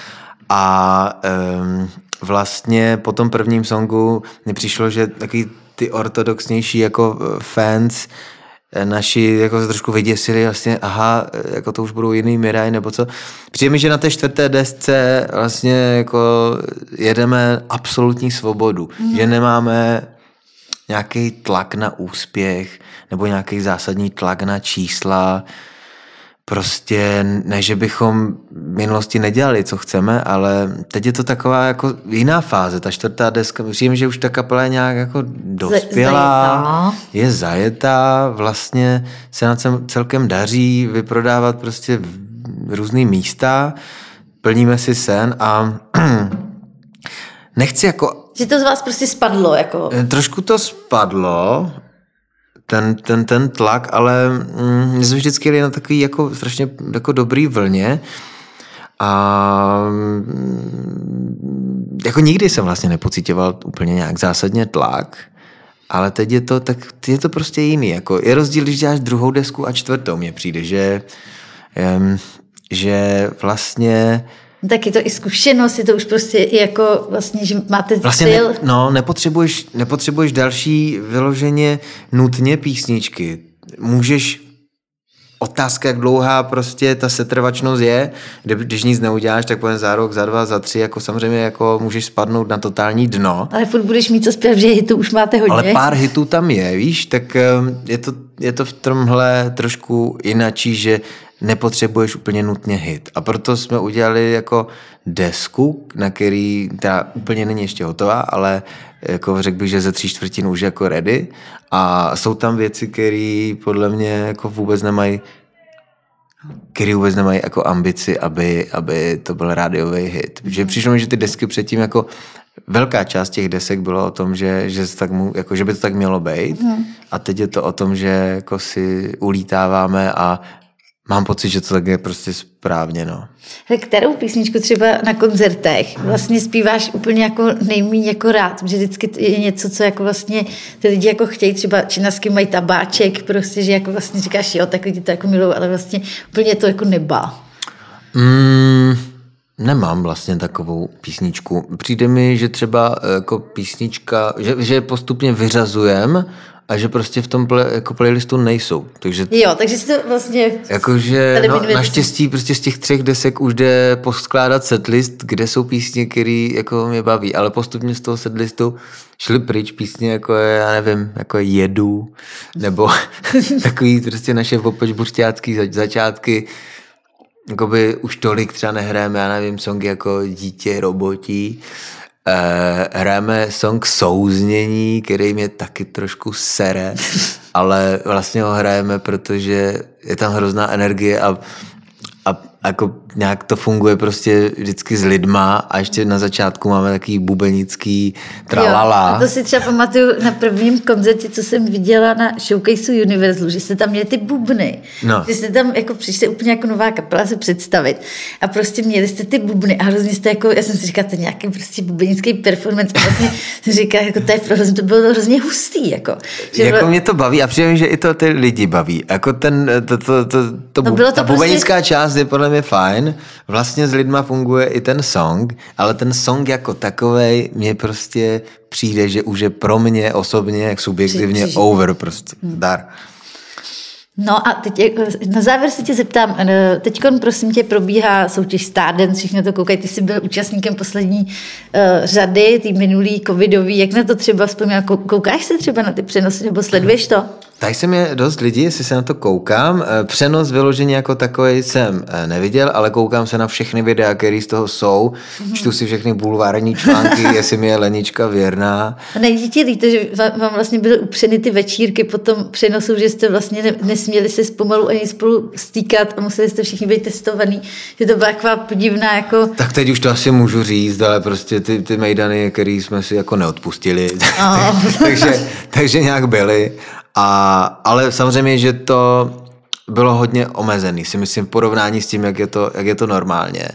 S3: a um, vlastně po tom prvním songu mi přišlo, že takový ty ortodoxnější jako fans naši jako se trošku vyděsili vlastně, aha, jako to už budou jiný Miraj nebo co. Přijde mi, že na té čtvrté desce vlastně jako jedeme absolutní svobodu, mm. že nemáme nějaký tlak na úspěch nebo nějaký zásadní tlak na čísla. Prostě ne, že bychom v minulosti nedělali, co chceme, ale teď je to taková jako jiná fáze. Ta čtvrtá deska, přijím, že už ta kapela je nějak jako dospělá, zajetá. je zajetá, vlastně se na celkem daří vyprodávat prostě různý místa, plníme si sen a nechci jako...
S2: Že to z vás prostě spadlo, jako...
S3: Trošku to spadlo, ten, ten, ten tlak, ale mm, my jsme vždycky jeli na takový jako strašně jako dobrý vlně a mm, jako nikdy jsem vlastně nepocitoval úplně nějak zásadně tlak, ale teď je to, tak je to prostě jiný. Jako je rozdíl, když děláš druhou desku a čtvrtou, mně přijde, že, um, že vlastně...
S2: Tak je to i zkušenost, je to už prostě i jako vlastně, že máte
S3: vlastně
S2: styl.
S3: Ne, no, nepotřebuješ, nepotřebuješ další vyloženě nutně písničky. Můžeš, otázka, jak dlouhá prostě ta setrvačnost je, když nic neuděláš, tak potom za rok, za dva, za tři, jako samozřejmě jako můžeš spadnout na totální dno.
S2: Ale furt budeš mít co zpět, že hitů už máte hodně.
S3: Ale pár hitů tam je, víš, tak je to, je to v tomhle trošku jinačí, že nepotřebuješ úplně nutně hit. A proto jsme udělali jako desku, na který ta úplně není ještě hotová, ale jako řekl bych, že ze tří čtvrtin už jako ready. A jsou tam věci, které podle mě jako vůbec nemají který vůbec nemají jako ambici, aby, aby to byl rádiový hit. Protože přišlo mi, že ty desky předtím jako velká část těch desek bylo o tom, že, že, tak mu, jako, že by to tak mělo být mm. a teď je to o tom, že jako si ulítáváme a mám pocit, že to tak je prostě správně, no.
S2: Kterou písničku třeba na koncertech vlastně zpíváš úplně jako nejméně jako rád, protože vždycky je něco, co jako vlastně ty lidi jako chtějí, třeba činasky mají tabáček, prostě, že jako vlastně říkáš, jo, tak lidi to jako milují, ale vlastně úplně to jako nebá.
S3: Mm, nemám vlastně takovou písničku. Přijde mi, že třeba jako písnička, že, že postupně vyřazujem a že prostě v tom play, jako playlistu nejsou. Takže,
S2: jo, takže si to vlastně...
S3: Jakože no, naštěstí prostě z těch třech desek už jde poskládat setlist, kde jsou písně, které jako mě baví, ale postupně z toho setlistu šly pryč písně, jako je, já nevím, jako je Jedu, nebo takový prostě naše popečbuřťácký začátky, jakoby už tolik třeba nehrajeme, já nevím, songy jako Dítě robotí, Eh, hrajeme song Souznění, který mě taky trošku sere, ale vlastně ho hrajeme, protože je tam hrozná energie a, a jako nějak to funguje prostě vždycky s lidma a ještě na začátku máme takový bubenický tralala.
S2: Jo, a to si třeba pamatuju na prvním koncertě, co jsem viděla na Showcaseu Universalu, že jste tam měli ty bubny. No. Že jste tam jako přišli úplně jako nová kapela se představit a prostě měli jste ty bubny a hrozně jste jako, já jsem si říkala, to je nějaký prostě bubenický performance a vlastně jsem říkala, jako to je hrozně, to bylo hrozně hustý. Jako, že
S3: jako
S2: bylo...
S3: mě to baví a přijde mi, že i to ty lidi baví. Jako ten, to, to, to, to,
S2: no
S3: bu, ta
S2: to
S3: bubenická
S2: prostě...
S3: část je podle mě fajn. Vlastně s lidma funguje i ten song, ale ten song jako takovej mě prostě přijde, že už je pro mě osobně, jak subjektivně Při, over prostě. Dar.
S2: No a teď na závěr se tě zeptám, teďkon prosím tě probíhá soutěž Stardance, všichni to koukají, ty jsi byl účastníkem poslední uh, řady, ty minulý covidový, jak na to třeba vzpomínal, koukáš se třeba na ty přenosy nebo sleduješ to?
S3: Tak jsem je dost lidí, jestli se na to koukám. Přenos vyloženě jako takový jsem neviděl, ale koukám se na všechny videa, které z toho jsou. Mm-hmm. Čtu si všechny bulvární články, jestli mi je Lenička věrná.
S2: A nejde ti líto, že vám vlastně byly upřeny ty večírky po tom přenosu, že jste vlastně ne, nesměli se pomalu ani spolu stýkat a museli jste všichni být testovaný, že to byla taková podivná jako... Tak
S3: teď už to asi můžu říct, ale prostě ty, ty mejdany, které jsme si jako neodpustili,
S2: oh.
S3: takže, takže nějak byly. A, ale samozřejmě, že to bylo hodně omezený, si myslím, v porovnání s tím, jak je to, jak je to normálně.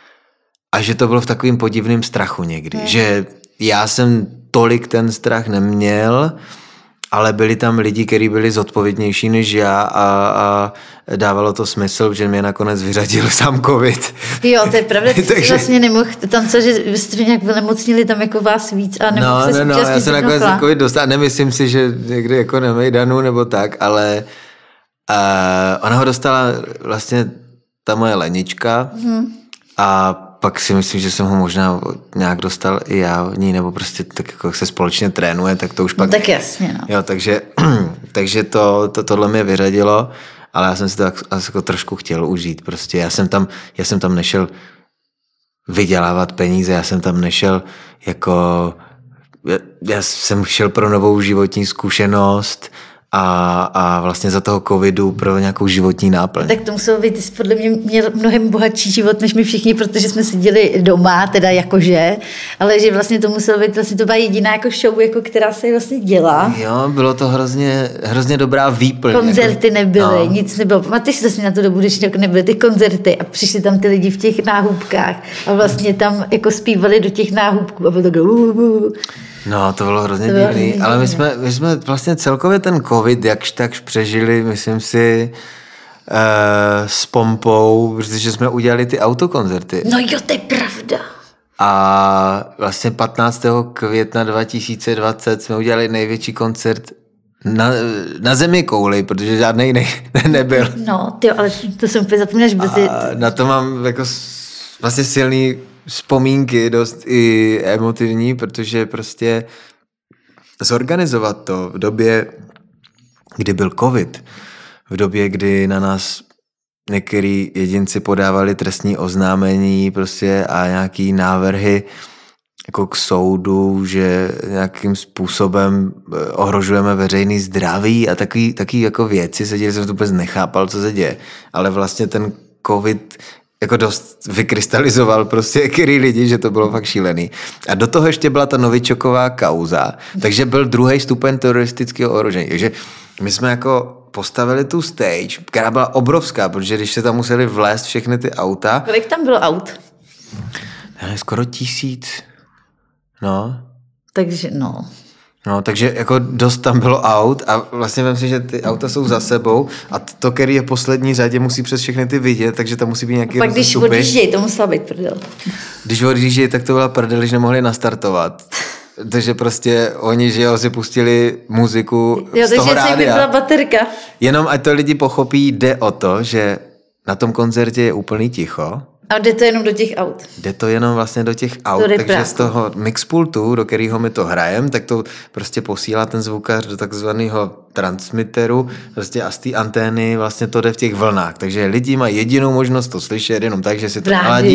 S3: A že to bylo v takovým podivným strachu někdy. Hmm. Že já jsem tolik ten strach neměl, ale byli tam lidi, kteří byli zodpovědnější než já a, a dávalo to smysl, že mě nakonec vyřadil sám covid.
S2: Jo, to je pravda, ty Takže... jsi vlastně nemohl, tam co, že jste nějak nemocnili tam jako vás víc a nemohl
S3: no,
S2: se
S3: no, no, já jsem nakonec covid dostal, nemyslím si, že někdy jako nemejdanu nebo tak, ale uh, ona ho dostala vlastně ta moje Lenička hmm. a pak si myslím, že jsem ho možná nějak dostal i já od ní, nebo prostě tak jako jak se společně trénuje, tak to už pak...
S2: No, tak jasně, no.
S3: Jo, takže, takže to, to, tohle mě vyřadilo, ale já jsem si to jako trošku chtěl užít prostě. Já jsem tam, já jsem tam nešel vydělávat peníze, já jsem tam nešel jako... Já, já jsem šel pro novou životní zkušenost a, a vlastně za toho covidu pro nějakou životní náplň.
S2: Tak to muselo být, ty jsi podle mě měl mnohem bohatší život než my všichni, protože jsme seděli doma, teda jakože, ale že vlastně to muselo být, vlastně to byla jediná jako show, jako která se vlastně dělá.
S3: Jo, bylo to hrozně, hrozně dobrá výplň.
S2: Koncerty
S3: jako,
S2: nebyly,
S3: no.
S2: Nic nebylo. Pamatuješ si vlastně na to dobu, když nebyly ty koncerty a přišli tam ty lidi v těch náhubkách a vlastně tam jako zpívali do těch náhubků a bylo tak
S3: No, to bylo hrozně divný, ale my jsme, my jsme vlastně celkově ten covid jakž takž přežili, myslím si, uh, s pompou, protože jsme udělali ty autokoncerty.
S2: No jo, to je pravda.
S3: A vlastně patnáctého května dva tisíce dvacet jsme udělali největší koncert na, na zemi kouli, protože žádnej ne, nebyl.
S2: No, ty, ale to jsem úplně zapomněl, že ty...
S3: Na to mám jako vlastně silný vzpomínky, dost i emotivní, protože prostě zorganizovat to v době, kdy byl covid, v době, kdy na nás některý jedinci podávali trestní oznámení prostě a nějaký návrhy jako k soudu, že nějakým způsobem ohrožujeme veřejný zdraví a takový, takový jako věci se děje, jsem to vůbec nechápal, co se děje. Ale vlastně ten covid jako dost vykrystalizoval prostě který lidi, že to bylo fakt šílený. A do toho ještě byla ta novičoková kauza, takže byl druhý stupeň teroristického ohrožení. Takže my jsme jako postavili tu stage, která byla obrovská, protože když se tam museli vlézt všechny ty auta.
S2: Kolik tam bylo aut?
S3: Ne, skoro tisíc. No.
S2: Takže no.
S3: No, takže jako dost tam bylo aut a vlastně vím si, že ty auta jsou za sebou a to, který je poslední řadě, musí přes všechny ty vidět, takže tam musí být nějaký
S2: pak když
S3: rozestupy.
S2: odjížděj, to musela být prdel.
S3: Když odjížděj, tak to byla prdel, když nemohli nastartovat. Takže prostě oni, že jo, si pustili muziku
S2: jo,
S3: z toho rádia.
S2: Jo, takže se byla baterka.
S3: Jenom ať to lidi pochopí, jde o to, že na tom koncertě je úplný ticho.
S2: A jde to jenom do těch aut.
S3: Jde to jenom vlastně do těch aut,
S2: do
S3: takže z toho mixpultu, do kterého my to hrajeme, tak to prostě posílá ten zvukař do takzvaného transmitteru prostě a z té antény vlastně to jde v těch vlnách. Takže lidi mají jedinou možnost to slyšet jenom tak, že si to naladí.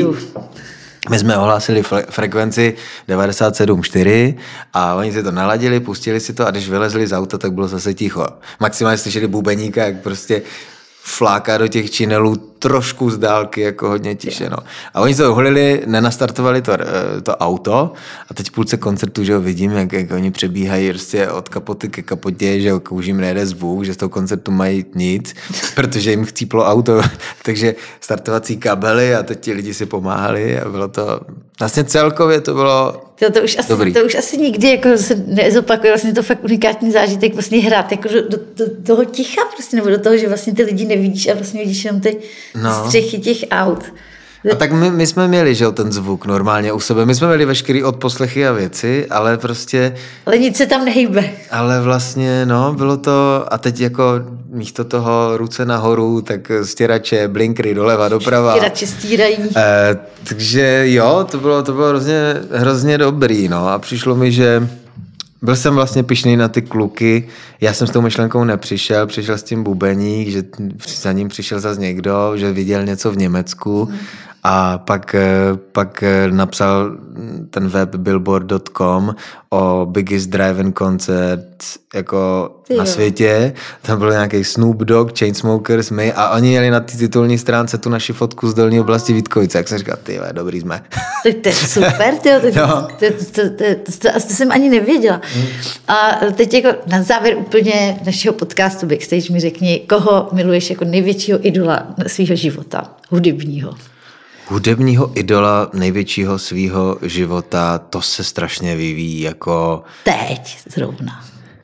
S3: My jsme ohlásili fre- frekvenci devadesát sedm čtyři a oni si to naladili, pustili si to a když vylezli z auta, tak bylo zase ticho. Maximálně slyšeli bubeníka, jak prostě fláká do těch činelů trošku z dálky, jako hodně tiše, no. A oni se oholili, nenastartovali to, to auto a teď v půlce koncertu, že ho vidím, jak, jak oni přebíhají prostě od kapoty ke kapotě, že už jim nejde zvuk, že z toho koncertu mají nic, protože jim chcíplo auto, takže startovací kabely a teď ti lidi si pomáhali a bylo to, vlastně celkově to bylo
S2: To, to, už asi,
S3: dobrý.
S2: to už asi nikdy jako se nezopakuje, vlastně to fakt unikátní zážitek vlastně hrát jako do, do, do toho ticha prostě, nebo do toho, že vlastně ty lidi nevidíš a vlastně vidíš jenom ty no. střechy těch aut.
S3: A tak my, my jsme měli, že ten zvuk normálně u sebe. My jsme měli veškerý odposlechy a věci, ale prostě...
S2: Ale nic se tam nehýbe.
S3: Ale vlastně, no, bylo to... A teď jako místo toho ruce nahoru, tak stěrače, blinkry doleva, doprava.
S2: Stěrače stírají.
S3: E, takže jo, to bylo, to bylo hrozně, hrozně dobrý, no. A přišlo mi, že... Byl jsem vlastně pyšný na ty kluky, já jsem s tou myšlenkou nepřišel, přišel s tím bubeník, že za ním přišel zase někdo, že viděl něco v Německu a pak, pak napsal ten web billboard tečka com o biggest drive-in concert jako na světě. Tam byl nějaký Snoop Dogg, Chainsmokers, my a oni měli na té titulní stránce tu naši fotku z dolní oblasti Vítkovice. Jak jsem říkal, ty dobrý jsme.
S2: To, to je super, tyjo, to, no. to, to, to, to, to, to, to jsem ani nevěděla. Hmm. A teď jako na závěr úplně našeho podcastu Backstage mi řekni, koho miluješ jako největšího idola svého života, hudebního.
S3: Hudebního idola největšího svýho života, to se strašně vyvíjí jako...
S2: Teď zrovna.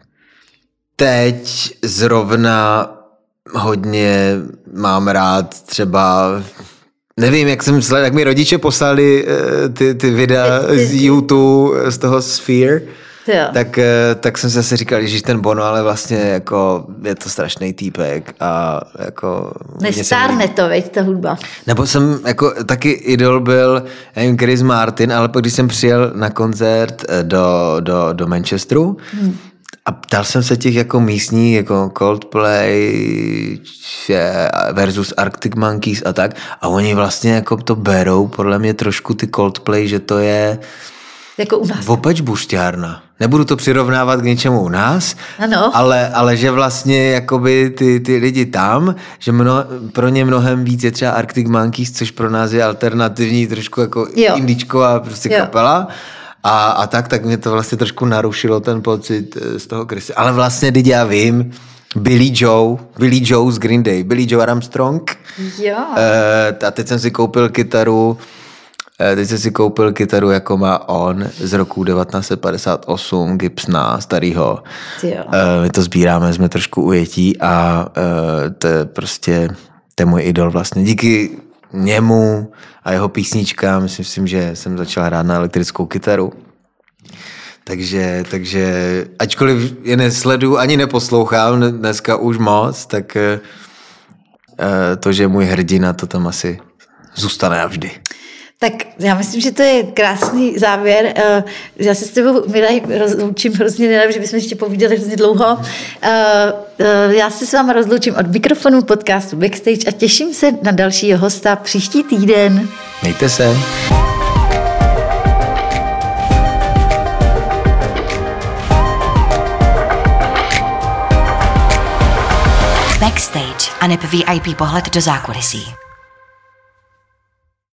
S3: Teď zrovna hodně mám rád třeba... Nevím, jak jsem sled, jak mi rodiče poslali ty, ty videa ty, ty, z YouTube, z toho Sphere, tak, tak jsem si zase říkal, že ten Bono, ale vlastně jako je to strašný týpek a jako...
S2: Nestárne to, veď, ta hudba.
S3: Nebo jsem jako taky idol byl, nevím, Chris Martin, ale pak když jsem přijel na koncert do, do, do Manchesteru, hmm. a ptal jsem se těch jako místních, jako Coldplay versus Arctic Monkeys a tak. A oni vlastně jako to berou, podle mě trošku ty Coldplay, že to je
S2: jako u nás.
S3: Vopeč bušťárna. Nebudu to přirovnávat k něčemu u nás,
S2: ano.
S3: Ale, ale že vlastně jakoby ty, ty lidi tam, že mno, pro ně mnohem víc je třeba Arctic Monkeys, což pro nás je alternativní, trošku jako jo. indičková prostě jo. kapela. A, a tak, tak mě to vlastně trošku narušilo ten pocit z toho Chrisa. Ale vlastně, teď já vím, Billy Joe, Billy Joe z Green Day, Billy Joe Armstrong.
S2: Jo.
S3: E, a teď jsem si koupil kytaru, e, teď jsem si koupil kytaru, jako má on, z roku devatenáct set padesát osm, Gibsona, starýho.
S2: Jo.
S3: E, my to sbíráme, jsme trošku ujetí a e, to je prostě, to je můj idol vlastně. Díky němu a jeho písničkám, myslím, myslím, že jsem začal hrát na elektrickou kytaru. Takže, takže ačkoliv je nesleduju, ani neposlouchám dneska už moc, tak to, že je můj hrdina, to tam asi zůstane navždy.
S2: Tak já myslím, že to je krásný závěr. Já se s tebou, Milaj, rozloučím hrozně nerad, že bychom ještě povídali hrozně dlouho. Já se s váma rozloučím od mikrofonu podcastu Backstage a těším se na dalšího hosta příští týden.
S3: Mějte se.
S1: backstage a neb V I P pohled do zákulisí.